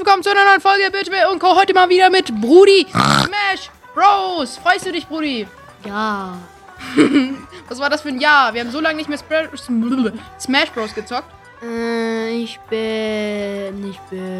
willkommen zu einer neuen Folge Bitchway und Co. Heute mal wieder mit Brudi Smash Bros. Freust du dich, Brudi? Ja. Was war das für ein Jahr? Wir haben so lange nicht mehr Smash Bros. Gezockt. Ich bin.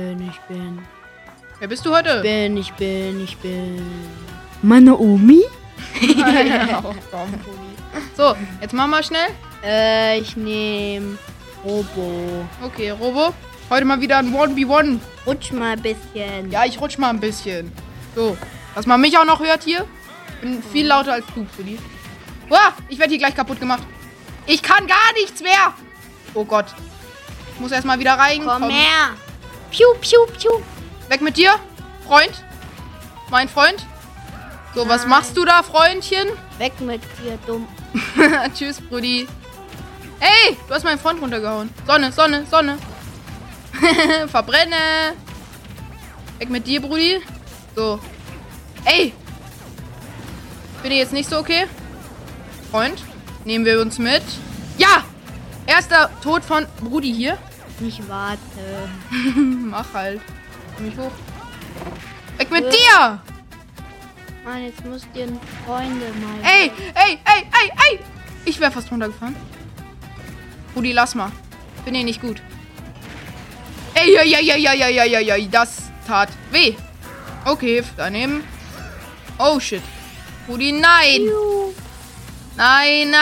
Wer bist du heute? Ich bin. Meine Omi? Ja, komm, Brudi. So, jetzt machen wir schnell. Ich nehme Robo. Okay, Robo. Heute mal wieder ein 1v1. Rutsch mal ein bisschen. Ja, ich rutsch mal ein bisschen. So, dass man mich auch noch hört hier. Ich bin viel lauter als du, Brudi. Uah, ich werde hier gleich kaputt gemacht. Ich kann gar nichts mehr. Oh Gott. Ich muss erstmal wieder rein. Komm her. Piu, piu, piu. Weg mit dir, Freund. Mein Freund. So, was machst du da, Freundchen? Weg mit dir, dumm. Tschüss, Brudi. Ey, du hast meinen Freund runtergehauen. Sonne. Verbrenne. Weg mit dir, Brudi. So. Ey. Bin ich jetzt nicht so okay? Freund, nehmen wir uns mit. Ja! Erster Tod von Brudi hier. Ich warte. Mach halt. Komm mich hoch. Weg mit dir! Mann, jetzt musst du dir Freunde mal. Ey! Ich wäre fast runtergefahren. Brudi, lass mal. Bin hier nicht gut. Ey, das tat weh. Okay, daneben. Oh, shit. Brudi, nein. Nein.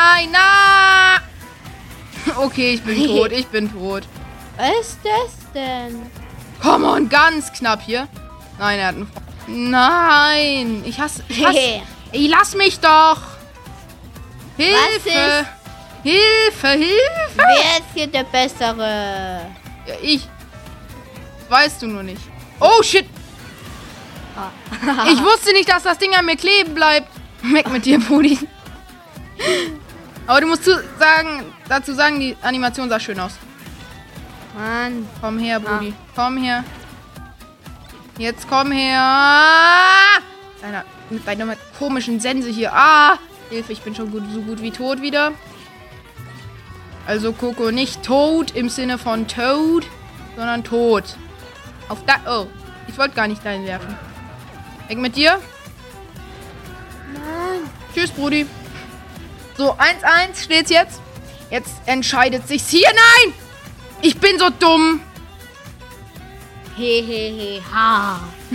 Okay, ich bin tot. Was ist das denn? Come on, ganz knapp hier. Nein, er hat einen Freund. Nein, ich hasse. Ey, lass mich doch. Hilfe. Hilfe. Wer ist hier der Bessere? Ja, ich. Das weißt du nur nicht. Oh, shit. Ich wusste nicht, dass das Ding an mir kleben bleibt. Weg mit dir, Brudi. Aber du musst dazu sagen, die Animation sah schön aus. Mann. Komm her, Brudi. Komm her. Jetzt komm her. Mit deiner komischen Sense hier. Hilfe, ich bin schon so gut wie tot wieder. Also, Coco, nicht tot im Sinne von Toad, sondern tot. Oh, ich wollte gar nicht dahin werfen. Weg mit dir. Mann. Tschüss, Brudi. So, 1-1 steht's jetzt. Jetzt entscheidet sich's hier. Nein! Ich bin so dumm. Ha.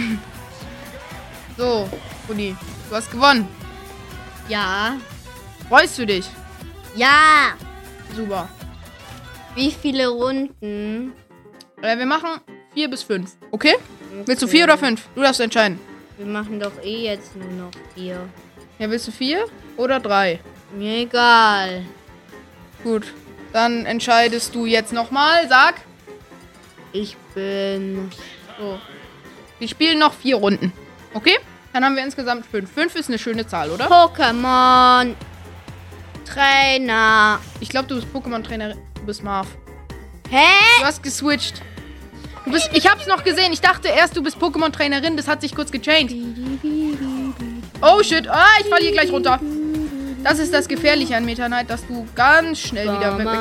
So, Brudi, du hast gewonnen. Ja. Freust du dich? Ja. Super. Wie viele Runden? Wir machen 4 bis 5. Okay? Willst du 4 oder 5? Du darfst entscheiden. Wir machen doch jetzt nur noch 4. Ja, willst du 4 oder 3? Mir egal. Gut. Dann entscheidest du jetzt nochmal. Sag. Ich bin... So. Wir spielen noch 4 Runden. Okay? Dann haben wir insgesamt 5. 5 ist eine schöne Zahl, oder? Pokémon Trainer. Ich glaube, du bist Pokémon-Trainer. Du bist Marv. Hä? Du hast geswitcht. Ich hab's noch gesehen. Ich dachte erst, du bist Pokémon-Trainerin. Das hat sich kurz gechanged. Oh, shit. Ich fall hier gleich runter. Das ist das Gefährliche an Meta Knight, dass du ganz schnell wieder weg...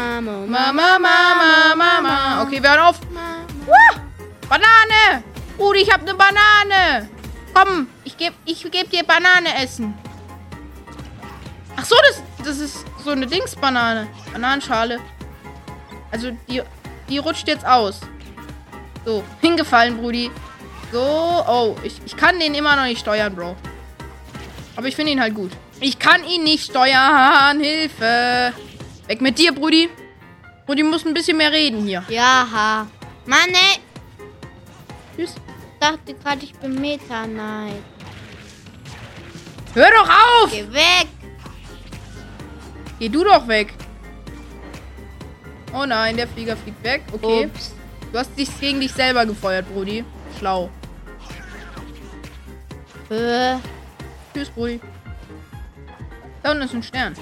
Mama. Okay, wir hören auf. Banane. Brudi, ich hab eine Banane. Komm, ich geb dir Banane essen. Ach so, das ist so eine Dingsbanane. Bananenschale. Also, die rutscht jetzt aus. So, hingefallen, Brudi. So, oh, ich kann den immer noch nicht steuern, Bro. Aber ich finde ihn halt gut. Ich kann ihn nicht steuern. Hilfe. Weg mit dir, Brudi. Brudi muss ein bisschen mehr reden hier. Ja. Mann, ey. Tschüss. Ich dachte gerade, ich bin Meta Knight. Hör doch auf. Geh weg. Geh du doch weg. Oh nein, der Flieger fliegt weg. Okay. Ups. Du hast dich gegen dich selber gefeuert, Brudi. Schlau. Tschüss, Brudi. Da unten ist ein Stern.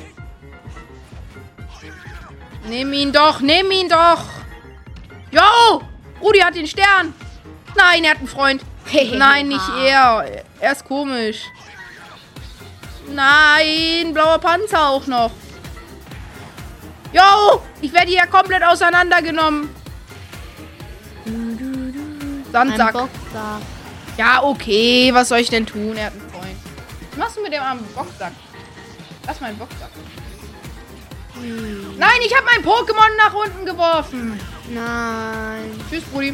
Nimm ihn doch. Jo! Brudi hat den Stern. Nein, er hat einen Freund. Nein, nicht er. Er ist komisch. Nein, blauer Panzer auch noch. Jo! Ich werde hier komplett auseinandergenommen. Sandsack. Ein Boxsack. Ja, okay. Was soll ich denn tun? Er hat einen Freund. Was machst du mit dem armen Boxsack? Lass mal einen Boxsack. Nein, ich habe mein Pokémon nach unten geworfen. Nein. Tschüss, Brudi.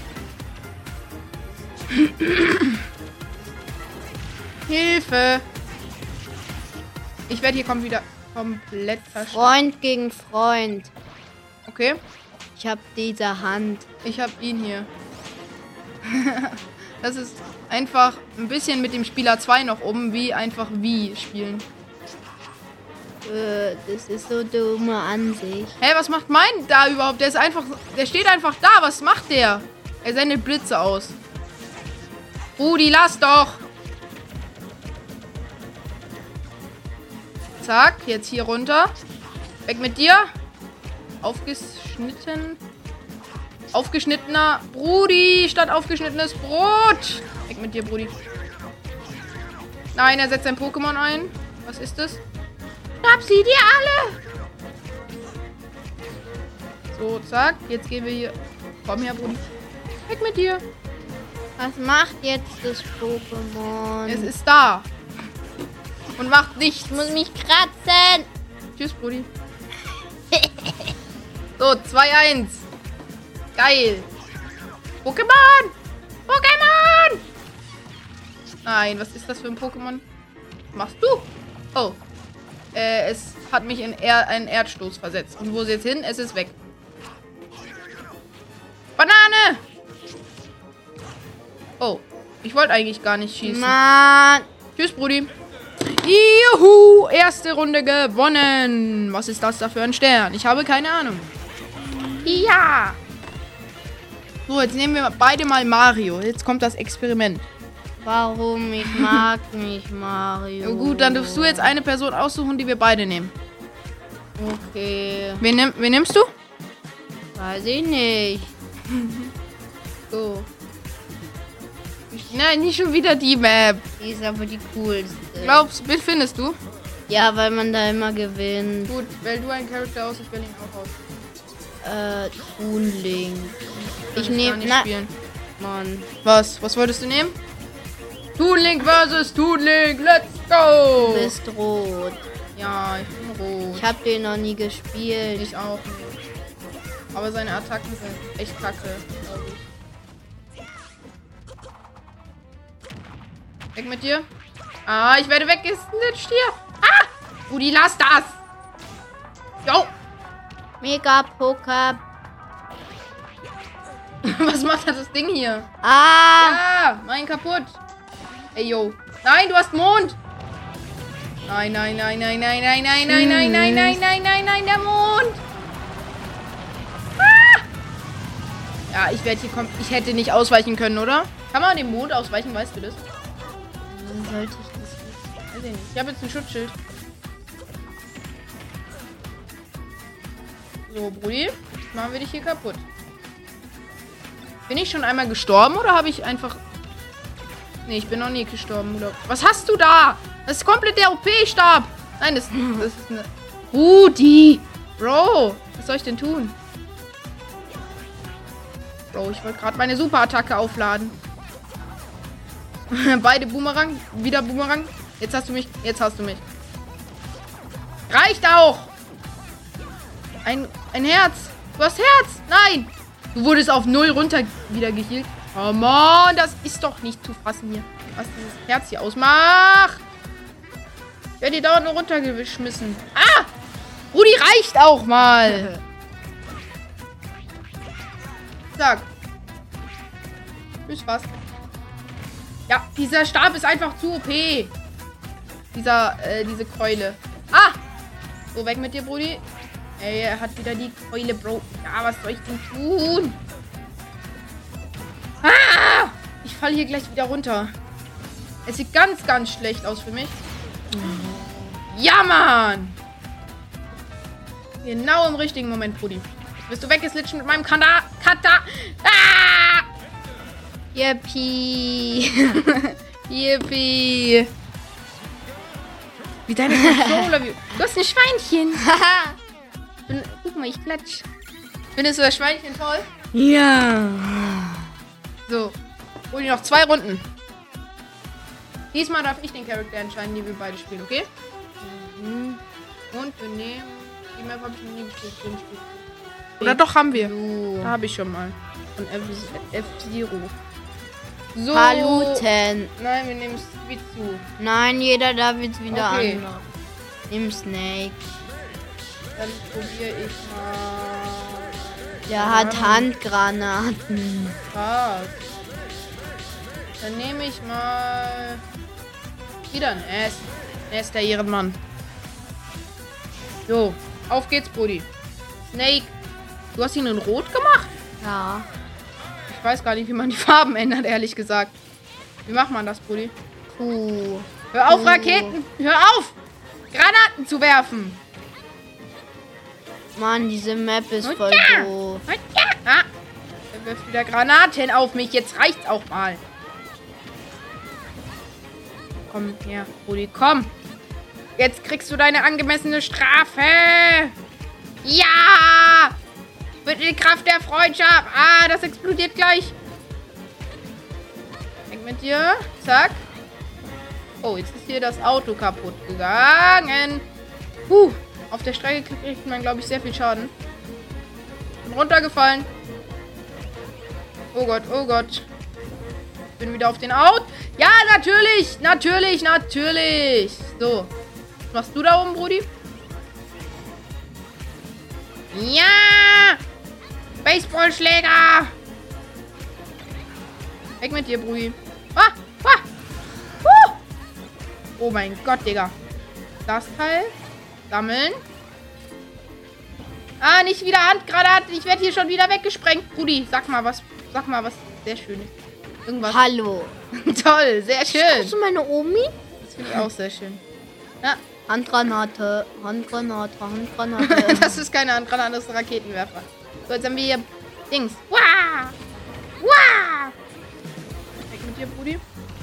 Hilfe. Ich werde hier wieder komplett verstanden. Freund gegen Freund. Okay, Ich habe diese Hand. ich habe ihn hier. Das ist einfach ein bisschen mit dem Spieler 2 noch wie einfach wie spielen. Das ist so dumme Ansicht. Hey, was macht mein da überhaupt? Der steht einfach da. Was macht der? Er sendet Blitze aus. Rudi, lass doch. Zack, jetzt hier runter. Weg mit dir. Aufgeschnittener Brudi statt aufgeschnittenes Brot. Weg mit dir, Brudi. Nein, er setzt sein Pokémon ein. Was ist das? Hab sie dir alle. So, zack. Jetzt gehen wir hier. Komm her, Brudi. Weg mit dir. Was macht jetzt das Pokémon? Es ist da. Und macht nichts. Ich muss mich kratzen. Tschüss, Brudi. So, 2-1. Geil. Pokémon. Pokémon. Nein, was ist das für ein Pokémon? Was machst du? Oh. Es hat mich in einen Erdstoß versetzt. Und wo ist es jetzt hin? Es ist weg. Banane! Oh, ich wollte eigentlich gar nicht schießen. Mann. Tschüss, Brudi. Juhu! Erste Runde gewonnen. Was ist das da für ein Stern? Ich habe keine Ahnung. Ja! So, jetzt nehmen wir beide mal Mario. Jetzt kommt das Experiment. Warum? Ich mag nicht Mario. Ja, gut, dann darfst du jetzt eine Person aussuchen, die wir beide nehmen. Okay. Wen nimmst du? Weiß ich nicht. So. Nein, nicht schon wieder die Map. Die ist aber die coolste. Wen findest du? Ja, weil man da immer gewinnt. Gut, wähl du einen Charakter aus, ich wähle ihn auch aus. Toon Link. Ich Gar nehme. nicht spielen. Mann. Was wolltest du nehmen? Toon Link versus Toon Link, let's go! Du bist rot. Ja, ich bin rot. Ich habe den noch nie gespielt. Ich auch nicht. Aber seine Attacken sind echt kacke, glaube ich. Weg mit dir. Ah, ich werde weggesnitcht hier. Ah! Rudi, lass das! Jo! Mega Poker. Was macht das Ding hier? Ah! Ja, mein kaputt. Ey, yo. Nein, du hast Mond. Nein, nein, nein, nein, nein, nein, nein, nein, nein, nein, nein, nein, nein, nein, der Mond. Ah! Ja, ich werde hier kommen. Ich hätte nicht ausweichen können, oder? Kann man dem Mond ausweichen, weißt du das? Sollte ich das wissen? Weiß ich nicht. Ich habe jetzt ein Schutzschild. So, Brudi. Machen wir dich hier kaputt. Bin ich schon einmal gestorben oder habe ich einfach... Nee, ich bin noch nie gestorben, oder? Was hast du da? Das ist komplett der OP-Stab. Nein, das ist eine... Rudi! Bro, was soll ich denn tun? Bro, ich wollte gerade meine Superattacke aufladen. Beide Boomerang. Wieder Boomerang. Jetzt hast du mich. Jetzt hast du mich. Reicht auch! Ein Herz. Du hast Herz. Nein! Du wurdest auf 0 runter wieder geheilt. Oh Mann, das ist doch nicht zu fassen hier. Was dieses Herz hier ausmacht. Ich werde die dauernd nur runtergeschmissen. Ah! Rudi, reicht auch mal. Sag. Tschüss, was? Ja, dieser Stab ist einfach zu OP. Diese Keule. Ah! So, weg mit dir, Brudi. Ey, er hat wieder die Keule, Bro. Ja, was soll ich denn tun? Ah! Ich falle hier gleich wieder runter. Es sieht ganz, ganz schlecht aus für mich. Ja, Mann! Genau im richtigen Moment, Brudi. Bist du weggeslitscht mit meinem Kata? Ah! Yippie. Yippie. Wie deine Controller. Du hast ein Schweinchen. Guck mal, ich klatsch. Findest du das Schweinchen toll? Ja. So. Hol die noch 2 Runden. Diesmal darf ich den Charakter entscheiden, die wir beide spielen, okay? Mhm. Und wir nehmen... Die Map habe ich noch nie gespielt. Oder doch, haben wir. Da habe ich schon mal. Von F-Zero. So. Paluten. Nein, wir nehmen Squeezu. Nein, jeder darf jetzt wieder Okay. anders. Nimm Snake. Dann probiere ich mal... Der hat Handgranaten. Krass. Dann nehme ich mal... Wieder ein S. S, der Ehrenmann. So, auf geht's, Brudi. Snake. Du hast ihn in Rot gemacht? Ja. Ich weiß gar nicht, wie man die Farben ändert, ehrlich gesagt. Wie macht man das, Brudi? Puh. Hör auf, Raketen! Hör auf! Granaten zu werfen! Mann, diese Map ist voll doof. Ah, er wirft wieder Granaten auf mich. Jetzt reicht's auch mal. Komm her, Brudi, komm. Jetzt kriegst du deine angemessene Strafe. Ja! Mit der Kraft der Freundschaft. Ah, das explodiert gleich. Weg mit dir. Zack. Oh, jetzt ist hier das Auto kaputt gegangen. Auf der Strecke kriegt man, glaube ich, sehr viel Schaden. Bin runtergefallen. Oh Gott, oh Gott. Bin wieder auf den Out. Ja, natürlich. Natürlich, natürlich. So. Was machst du da oben, Brudi? Ja! Baseballschläger! Weg mit dir, Brudi. Ah! Ah! Oh mein Gott, Digga. Das Teil. Sammeln. Ah, nicht wieder Handgranaten. Ich werde hier schon wieder weggesprengt. Brudi, sag mal was sehr Schönes. Irgendwas. Hallo. Toll, sehr schön. Bist du meine Omi? Das finde ich auch sehr schön. Ja, Handgranate, Handgranate, Handgranate. das ist keine Handgranate, das ist ein Raketenwerfer. So, jetzt haben wir hier Dings. Wah! Wah! Weg mit dir, Brudi.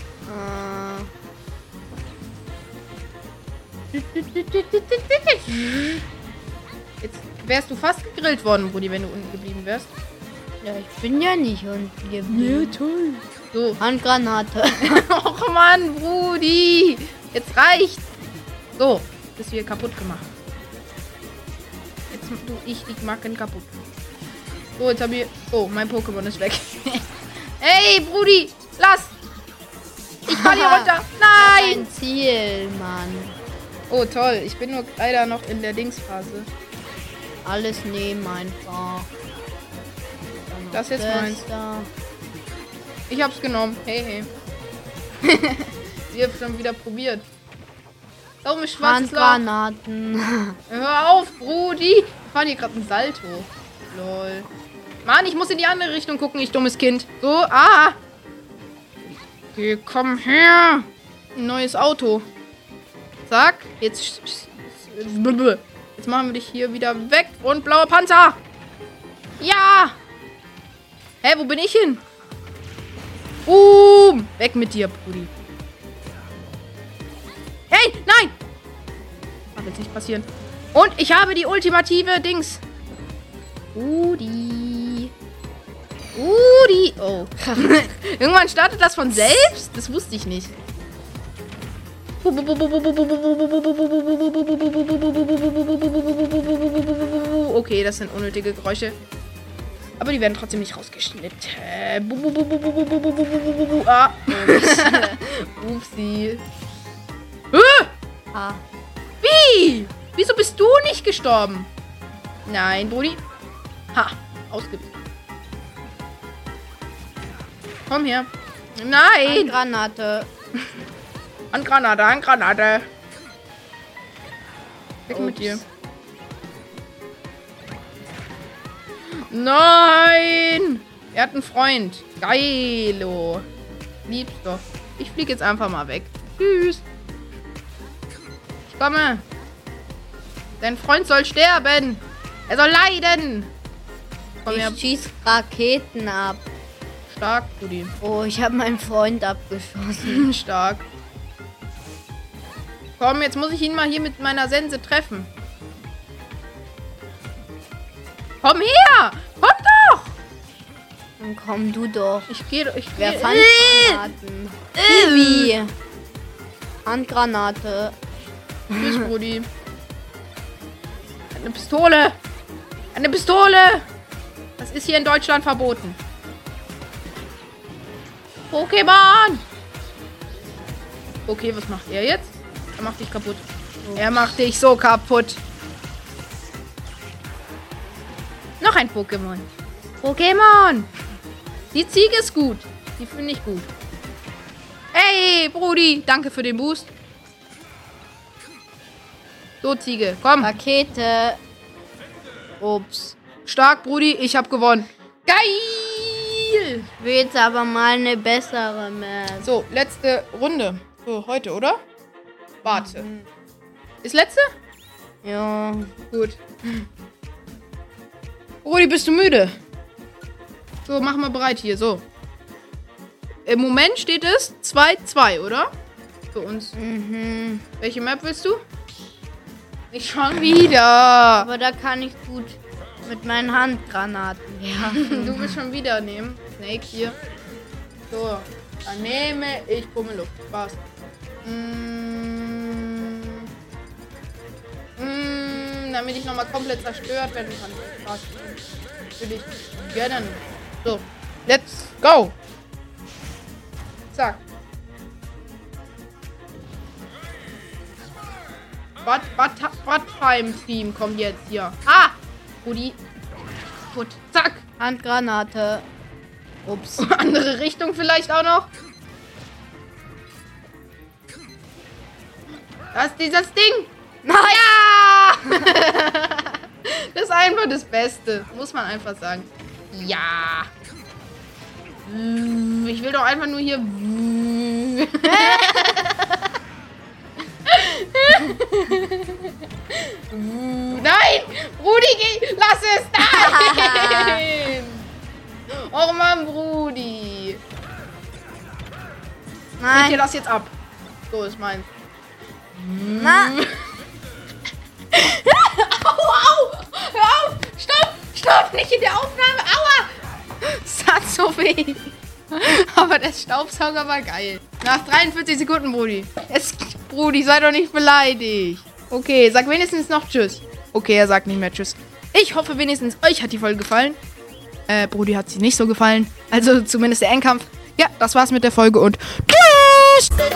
Jetzt wärst du fast gegrillt worden, Brudi, wenn du unten geblieben wärst. Ja, ich bin ja nicht unten geblieben. toll. So. Handgranate. Och Mann, Brudi. Jetzt reicht's. So, bist du hier kaputt gemacht. Jetzt tu ich die Macken kaputt. So, jetzt habe ich... Oh, mein Pokémon ist weg. Ey, Brudi, lass. Ich fall hier runter. Nein. Ein Ziel, Mann. Oh, toll. Ich bin nur leider noch in der Dingsphase. Alles nehmen einfach. Das ist jetzt meins. Da. Ich hab's genommen. Hey, hey. Ich hab schon wieder probiert. Da oben ist schwarzes Loch. Handgranaten. Hör auf, Brudi. Wir fahren hier gerade ein Salto. Lol. Mann, ich muss in die andere Richtung gucken, ich dummes Kind. So, ah. Okay, komm her. Ein neues Auto. Zack. Jetzt machen wir dich hier wieder weg. Und blauer Panzer. Ja. Hä, wo bin ich hin? Weg mit dir, Brudi. Hey, nein. Darf jetzt nicht passieren. Und ich habe die ultimative Dings. Brudi. Oh. Irgendwann startet das von selbst? Das wusste ich nicht. Okay, das sind unnötige Geräusche. Aber die werden trotzdem nicht rausgeschnitten. Ah. Upsi. Ah. Wie? Wieso bist du nicht gestorben? Nein, Brudi. Ha, ausgewichen. Komm her. Nein. Handgranate. Handgranate, Handgranate. Weg mit Ups. dir. Nein! Er hat einen Freund. Geilo. Lieb's doch. Ich fliege jetzt einfach mal weg. Tschüss. Ich komme. Dein Freund soll sterben. Er soll leiden. Komm her. Ich schieß Raketen ab. Stark, Brudi. Oh, ich habe meinen Freund abgeschossen. Stark. Komm, jetzt muss ich ihn mal hier mit meiner Sense treffen. Komm her! Komm doch! Dann komm du doch. Wer fand Granaten? Wie? Handgranate. Tschüss, Brudi. Eine Pistole. Eine Pistole. Das ist hier in Deutschland verboten. Pokémon. Okay, was macht er jetzt? Er macht dich kaputt. Er macht dich so kaputt. Noch ein Pokémon. Pokémon. Die Ziege ist gut. Die finde ich gut. Hey, Brudi. Danke für den Boost. So, Ziege. Komm. Rakete. Ups. Stark, Brudi. Ich habe gewonnen. Geil. Ich will jetzt aber mal eine bessere Map. So, letzte Runde. So, heute, oder? Warte. Ist letzte? Ja. Gut. Brudi, bist du müde? So, mach mal bereit hier. So. Im Moment steht es 2-2, oder? Für uns. Mhm. Welche Map willst du? Nicht schon wieder. Aber da kann ich gut mit meinen Handgranaten werfen. Du willst schon wieder nehmen. Snake hier. So. Dann nehme ich Pummeluft. Spaß. Damit ich nochmal komplett zerstört werden kann. Spaß. Natürlich. Gerne. So. Let's go. Zack. Badheim-Team kommt jetzt hier. Ah! Rudi. Gut. Zack. Handgranate. Ups. Andere Richtung vielleicht auch noch. Das ist dieses Ding. Nein. Ja! Das ist einfach das Beste. Muss man einfach sagen. Ja. Ich will doch einfach nur hier... Nein! Rudi, lass es! Nein! Oh Mann, Brudi. Ich dir das jetzt ab. So ist meins. Na. Au! Hör auf! Stopp! Nicht in der Aufnahme! Aua! Das hat so weh. Aber der Staubsauger war geil. Nach 43 Sekunden, Brudi. Brudi, sei doch nicht beleidigt. Okay, sag wenigstens noch Tschüss. Okay, er sagt nicht mehr Tschüss. Ich hoffe wenigstens, euch hat die Folge gefallen. Brudi hat sie nicht so gefallen. Also zumindest der Endkampf. Ja, das war's mit der Folge und Tschüss!